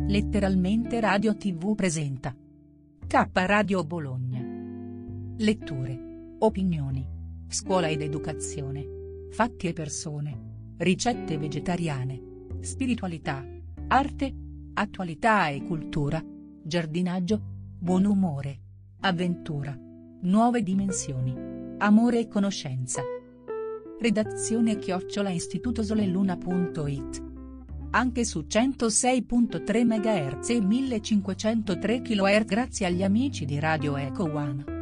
Letteralmente Radio TV presenta K Radio Bologna. Letture, opinioni, scuola ed educazione, fatti e persone, ricette vegetariane, spiritualità, arte, attualità e cultura, giardinaggio, buon umore, avventura, nuove dimensioni, amore e conoscenza. Redazione @istitutosoleluna.it. Anche su 106.3 MHz e 1503 kHz grazie agli amici di Radio Eco One.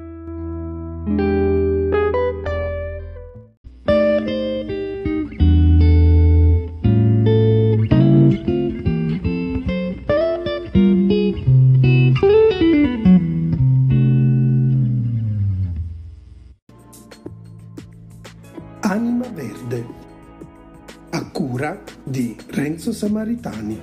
Anima Verde, a cura di Renzo Samaritani.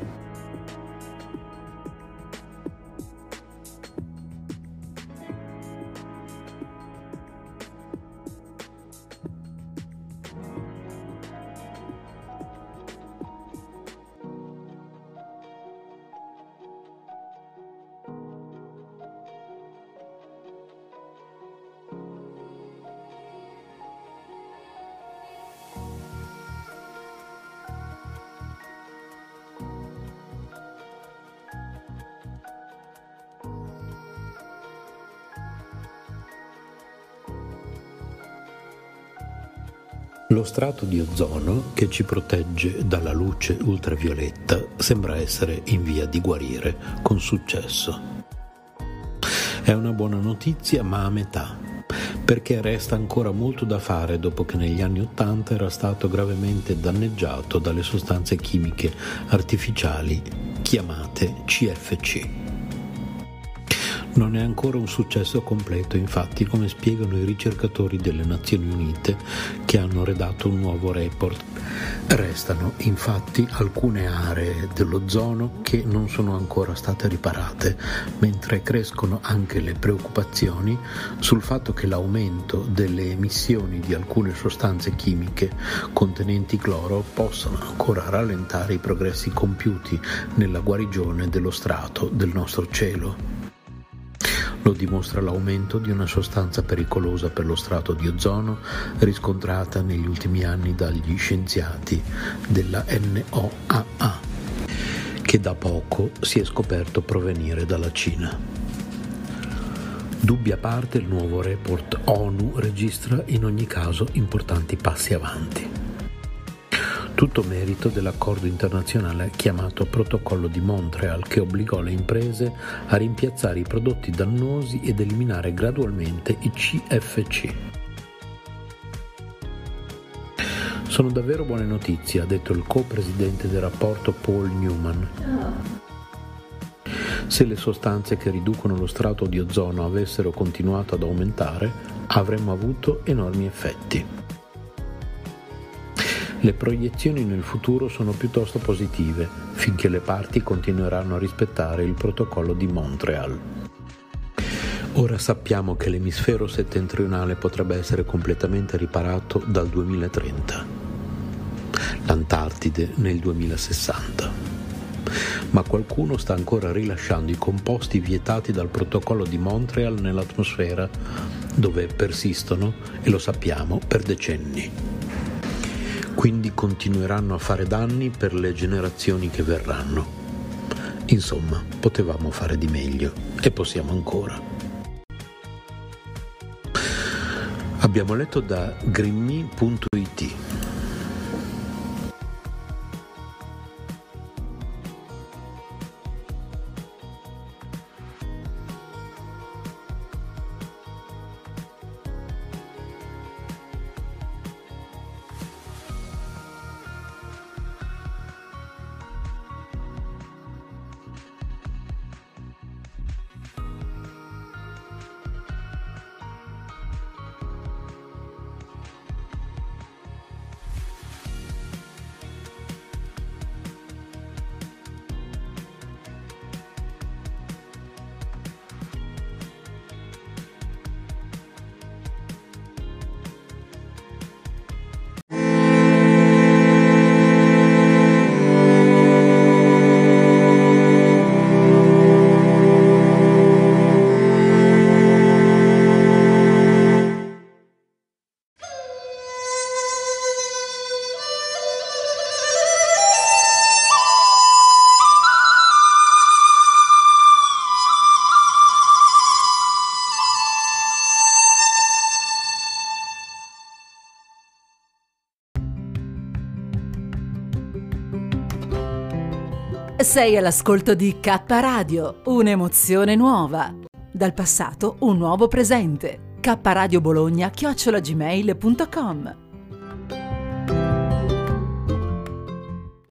Lo strato di ozono che ci protegge dalla luce ultravioletta sembra essere in via di guarire con successo. È una buona notizia, ma a metà, perché resta ancora molto da fare dopo che negli anni '80 era stato gravemente danneggiato dalle sostanze chimiche artificiali chiamate CFC. Non è ancora un successo completo, infatti, come spiegano i ricercatori delle Nazioni Unite che hanno redatto un nuovo report. Restano infatti alcune aree dell'ozono che non sono ancora state riparate, mentre crescono anche le preoccupazioni sul fatto che l'aumento delle emissioni di alcune sostanze chimiche contenenti cloro possano ancora rallentare i progressi compiuti nella guarigione dello strato del nostro cielo. Lo dimostra l'aumento di una sostanza pericolosa per lo strato di ozono riscontrata negli ultimi anni dagli scienziati della NOAA, che da poco si è scoperto provenire dalla Cina. Dubbi a parte, il nuovo report ONU registra in ogni caso importanti passi avanti. Tutto merito dell'accordo internazionale chiamato Protocollo di Montreal, che obbligò le imprese a rimpiazzare i prodotti dannosi ed eliminare gradualmente i CFC. Sono davvero buone notizie, ha detto il co-presidente del rapporto Paul Newman. Se le sostanze che riducono lo strato di ozono avessero continuato ad aumentare, avremmo avuto enormi effetti. Le proiezioni nel futuro sono piuttosto positive, finché le parti continueranno a rispettare il protocollo di Montreal. Ora sappiamo che l'emisfero settentrionale potrebbe essere completamente riparato dal 2030, l'Antartide nel 2060. Ma qualcuno sta ancora rilasciando i composti vietati dal protocollo di Montreal nell'atmosfera, dove persistono, e lo sappiamo, per decenni. Quindi continueranno a fare danni per le generazioni che verranno. Insomma, potevamo fare di meglio e possiamo ancora. Abbiamo letto da greenme.it. Sei all'ascolto di K Radio, un'emozione nuova. Dal passato un nuovo presente. kradiobologna@gmail.com